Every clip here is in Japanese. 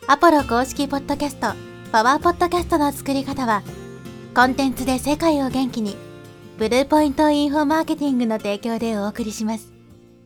アポロ公式ポッドキャスト、パワーポッドキャストの作り方は、コンテンツで世界を元気に、ブルーポイントインフォマーケティングの提供でお送りします。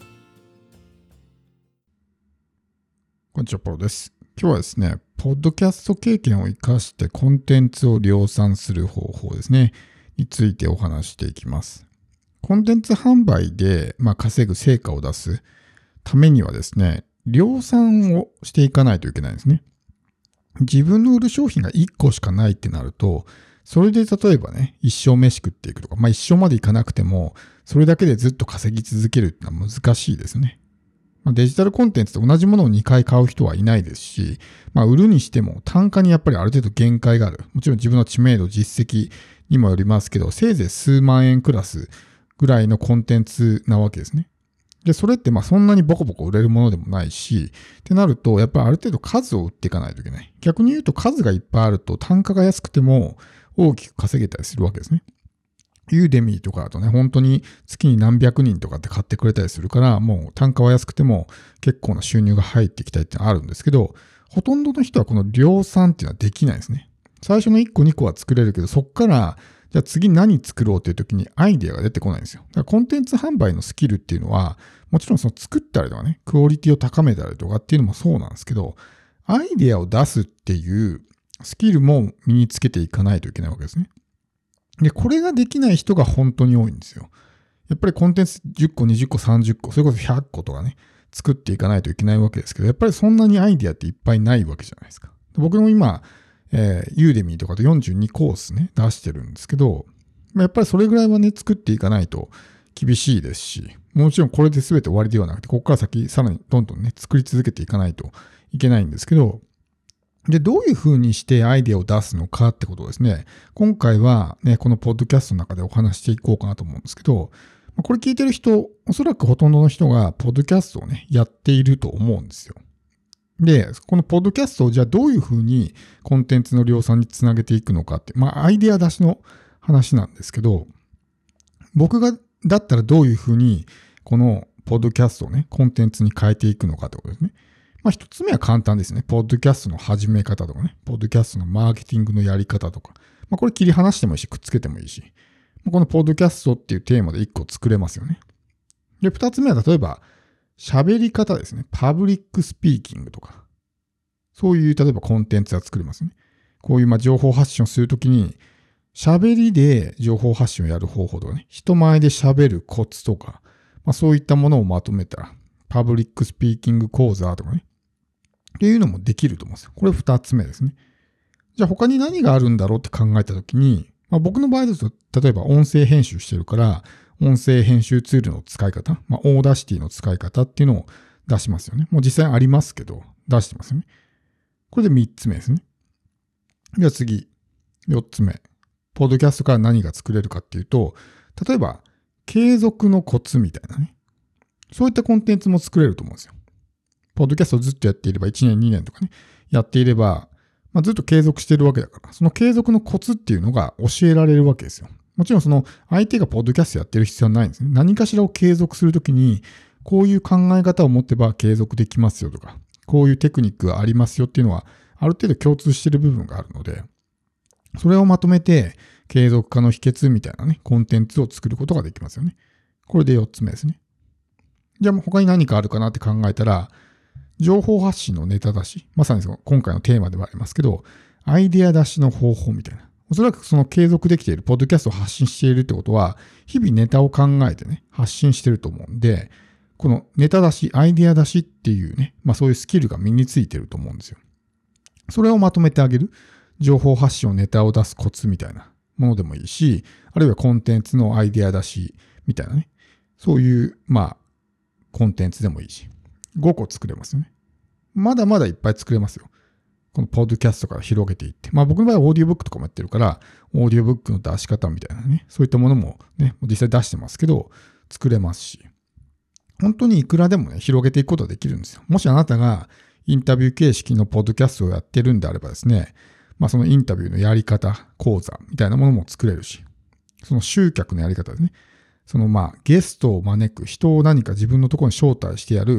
こんにちは、ポロです。今日はですね、ポッドキャスト経験を生かしてコンテンツを量産する方法ですね、についてお話していきます。コンテンツ販売で、稼ぐ成果を出すためにはですね、量産をしていかないといけないんですね。自分の売る商品が1個しかないってなると、それで例えばね、一生飯食っていくとか、一生までいかなくても、それだけでずっと稼ぎ続けるってのは難しいですね。デジタルコンテンツと同じものを2回買う人はいないですし、売るにしても単価にやっぱりある程度限界がある。もちろん自分の知名度、実績にもよりますけど、せいぜい数万円クラスぐらいのコンテンツなわけですね。で、それってそんなにボコボコ売れるものでもないし、ってなると、やっぱりある程度数を売っていかないといけない。逆に言うと数がいっぱいあると単価が安くても大きく稼げたりするわけですね。ユーデミーとかだとね、本当に月に何百人とかって買ってくれたりするから、もう単価は安くても結構な収入が入ってきたりってのあるんですけど、ほとんどの人はこの量産っていうのはできないですね。最初の1個2個は作れるけど、そこからじゃあ次何作ろうという時にアイデアが出てこないんですよ。だからコンテンツ販売のスキルっていうのは、もちろんその作ったりとかね、クオリティを高めたりとかっていうのもそうなんですけど、アイデアを出すっていうスキルも身につけていかないといけないわけですね。で、これができない人が本当に多いんですよ。やっぱりコンテンツ10個、20個、30個、それこそ100個とかね、作っていかないといけないわけですけど、やっぱりそんなにアイデアっていっぱいないわけじゃないですか。僕も今、ユーデミーとかで42コースね、出してるんですけど、やっぱりそれぐらいはね、作っていかないと厳しいですし、もちろんこれで全て終わりではなくて、ここから先さらにどんどんね、作り続けていかないといけないんですけど、で、どういうふうにしてアイデアを出すのかってことをですね、今回はね、このポッドキャストの中でお話していこうかなと思うんですけど、これ聞いてる人、おそらくほとんどの人がポッドキャストをね、やっていると思うんですよ。で、このポッドキャストをじゃあどういうふうにコンテンツの量産につなげていくのかって、アイデア出しの話なんですけど、僕がだったらどういうふうにこのポッドキャストをね、コンテンツに変えていくのかってことですね。一つ目は簡単ですね。ポッドキャストの始め方とかね、ポッドキャストのマーケティングのやり方とか、これ切り離してもいいし、くっつけてもいいし、このポッドキャストっていうテーマで1個作れますよね。で、2つ目は例えば、喋り方ですね。パブリックスピーキングとか、そういう例えばコンテンツが作れますね。こういう情報発信をするときに、喋りで情報発信をやる方法とかね、人前で喋るコツとか、そういったものをまとめたら、パブリックスピーキング講座とかね、っていうのもできると思うんですよ。これ2つ目ですね。じゃあ他に何があるんだろうって考えたときに、僕の場合ですと、例えば音声編集してるから、音声編集ツールの使い方、オーダーシティの使い方っていうのを出しますよね。もう実際ありますけど、出してますよね。これで3つ目ですね。では次、4つ目。ポッドキャストから何が作れるかっていうと、例えば、継続のコツみたいなね。そういったコンテンツも作れると思うんですよ。ポッドキャストをずっとやっていれば、1年、2年とかね、やっていれば、ずっと継続しているわけだから、その継続のコツっていうのが教えられるわけですよ。もちろんその相手がポッドキャストやってる必要はないんですね。何かしらを継続するときに、こういう考え方を持てば継続できますよとか、こういうテクニックがありますよっていうのは、ある程度共通している部分があるので、それをまとめて、継続化の秘訣みたいなね、コンテンツを作ることができますよね。これで4つ目ですね。じゃあ他に何かあるかなって考えたら、情報発信のネタ出し、まさに今回のテーマではありますけど、アイデア出しの方法みたいな。おそらくその継続できている、ポッドキャストを発信しているってことは、日々ネタを考えてね、発信していると思うんで、このネタ出し、アイデア出しっていうね、そういうスキルが身についていると思うんですよ。それをまとめてあげる。情報発信をネタを出すコツみたいなものでもいいし、あるいはコンテンツのアイデア出しみたいなね。そういう、コンテンツでもいいし。5個作れますよね。まだまだいっぱい作れますよ。このポッドキャストから広げていって。僕の場合はオーディオブックとかもやってるから、オーディオブックの出し方みたいなね。そういったものもね、実際出してますけど、作れますし。本当にいくらでもね、広げていくことができるんですよ。もしあなたがインタビュー形式のポッドキャストをやってるんであればですね、そのインタビューのやり方、講座みたいなものも作れるし、その集客のやり方ですね。ゲストを招く、人を何か自分のところに招待してやる、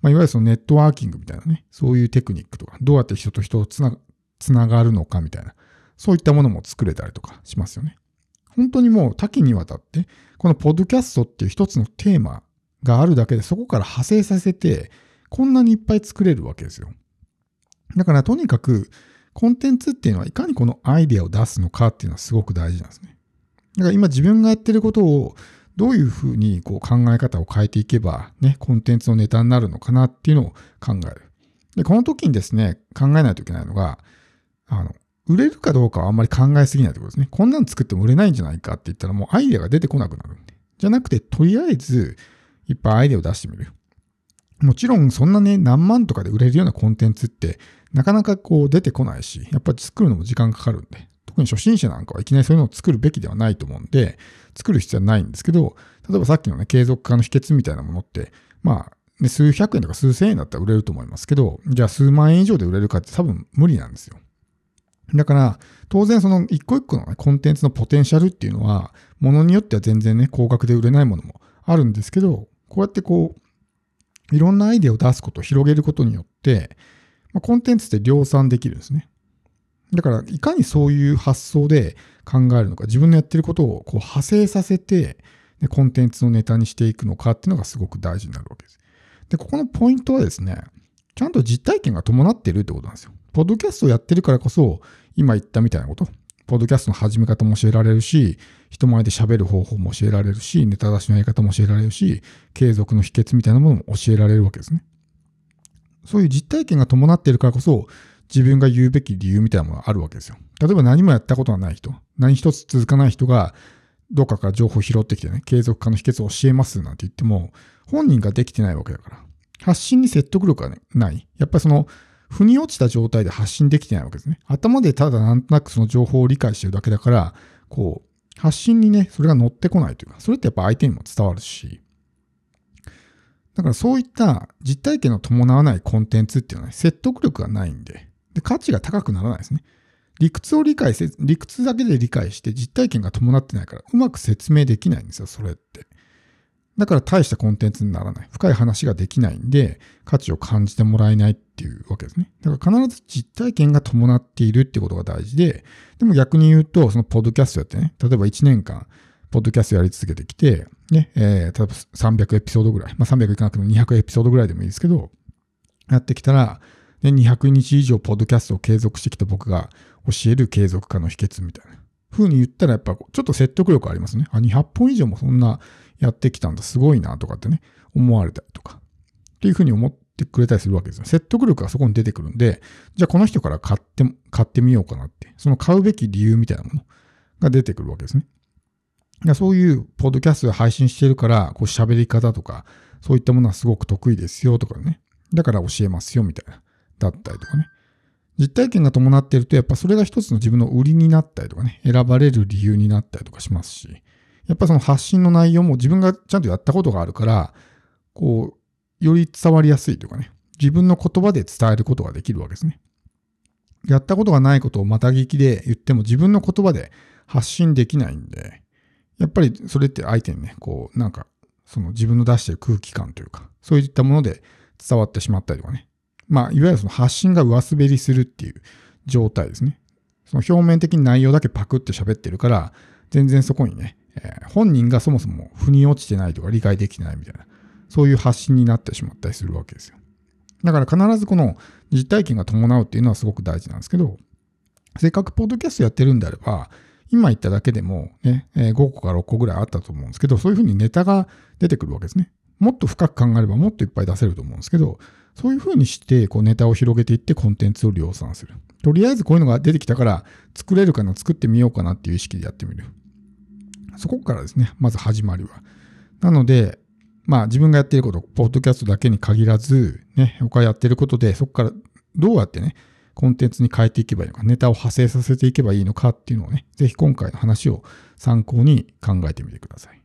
いわゆるそのネットワーキングみたいなね、そういうテクニックとか、どうやって人と人をつながるのかみたいな、そういったものも作れたりとかしますよね。本当にもう多岐にわたって、このポッドキャストっていう一つのテーマがあるだけで、そこから派生させて、こんなにいっぱい作れるわけですよ。だからとにかく、コンテンツっていうのはいかにこのアイデアを出すのかっていうのはすごく大事なんですね。だから今自分がやってることをどういうふうにこう考え方を変えていけばね、コンテンツのネタになるのかなっていうのを考える。で、この時にですね、考えないといけないのが、売れるかどうかはあんまり考えすぎないところですね。こんなの作っても売れないんじゃないかって言ったらもうアイデアが出てこなくなるんで。じゃなくて、とりあえずいっぱいアイデアを出してみる。もちろんそんなね、何万とかで売れるようなコンテンツってなかなかこう出てこないし、やっぱり作るのも時間かかるんで、特に初心者なんかはいきなりそういうのを作るべきではないと思うんで、作る必要はないんですけど、例えばさっきのね、継続化の秘訣みたいなものって、ね、数百円とか数千円だったら売れると思いますけど、じゃあ数万円以上で売れるかって多分無理なんですよ。だから、当然その一個一個の、ね、コンテンツのポテンシャルっていうのは、ものによっては全然ね、高額で売れないものもあるんですけど、こうやってこう、いろんなアイデアを出すことを広げることによって、コンテンツって量産できるんですね。だから、いかにそういう発想で考えるのか、自分のやってることをこう派生させて、コンテンツのネタにしていくのかっていうのがすごく大事になるわけです。で、ここのポイントはですね、ちゃんと実体験が伴っているってことなんですよ。ポッドキャストをやってるからこそ、今言ったみたいなこと、ポッドキャストの始め方も教えられるし、人前で喋る方法も教えられるし、ネタ出しのやり方も教えられるし、継続の秘訣みたいなものも教えられるわけですね。そういう実体験が伴っているからこそ、自分が言うべき理由みたいなものがあるわけですよ。例えば何もやったことがない人、何一つ続かない人が、どっかから情報を拾ってきてね、継続化の秘訣を教えますなんて言っても、本人ができてないわけだから。発信に説得力が、ね、ない。やっぱりその、腑に落ちた状態で発信できてないわけですね。頭でただなんとなくその情報を理解してるだけだから、こう、発信にね、それが乗ってこないというか、それってやっぱ相手にも伝わるし、だからそういった実体験の伴わないコンテンツっていうのは、ね、説得力がないんで、価値が高くならないですね。理屈だけで理解して実体験が伴ってないから、うまく説明できないんですよ、それって。だから大したコンテンツにならない。深い話ができないんで、価値を感じてもらえないっていうわけですね。だから必ず実体験が伴っているってことが大事で、でも逆に言うと、そのポッドキャストやってね、例えば1年間、ポッドキャストやり続けてきて、ね、例えば300エピソードぐらい、300いかなくても200エピソードぐらいでもいいですけど、やってきたら、ね、200日以上ポッドキャストを継続してきた僕が教える継続化の秘訣みたいな風に言ったらやっぱちょっと説得力ありますね。200本以上もそんなやってきたんだ、すごいなとかってね、思われたりとか。っていう風に思ってくれたりするわけですよ。説得力がそこに出てくるんで、じゃあこの人から買ってみようかなって、その買うべき理由みたいなものが出てくるわけですね。そういうポッドキャストで配信してるから、こう喋り方とか、そういったものはすごく得意ですよとかね。だから教えますよみたいな。だったりとかね。実体験が伴っていると、やっぱそれが一つの自分の売りになったりとかね、選ばれる理由になったりとかしますし、やっぱその発信の内容も自分がちゃんとやったことがあるから、こう、より伝わりやすいというかね、自分の言葉で伝えることができるわけですね。やったことがないことをまた聞きで言っても自分の言葉で発信できないんで、やっぱりそれって相手にね、こう、なんか、その自分の出している空気感というか、そういったもので伝わってしまったりとかね。いわゆるその発信が上滑りするっていう状態ですね。その表面的に内容だけパクって喋ってるから、全然そこにね、本人がそもそも腑に落ちてないとか理解できてないみたいな、そういう発信になってしまったりするわけですよ。だから必ずこの実体験が伴うっていうのはすごく大事なんですけど、せっかくポッドキャストやってるんであれば、今言っただけでもね、5個か6個ぐらいあったと思うんですけど、そういうふうにネタが出てくるわけですね。もっと深く考えればもっといっぱい出せると思うんですけど、そういうふうにしてこうネタを広げていってコンテンツを量産する。とりあえずこういうのが出てきたから作れるかな、作ってみようかなっていう意識でやってみる。そこからですね、まず始まりは。なので、自分がやっていること、ポッドキャストだけに限らず、ね、他やっていることで、そこからどうやってね、コンテンツに変えていけばいいのか、ネタを派生させていけばいいのかっていうのをね、ぜひ今回の話を参考に考えてみてください。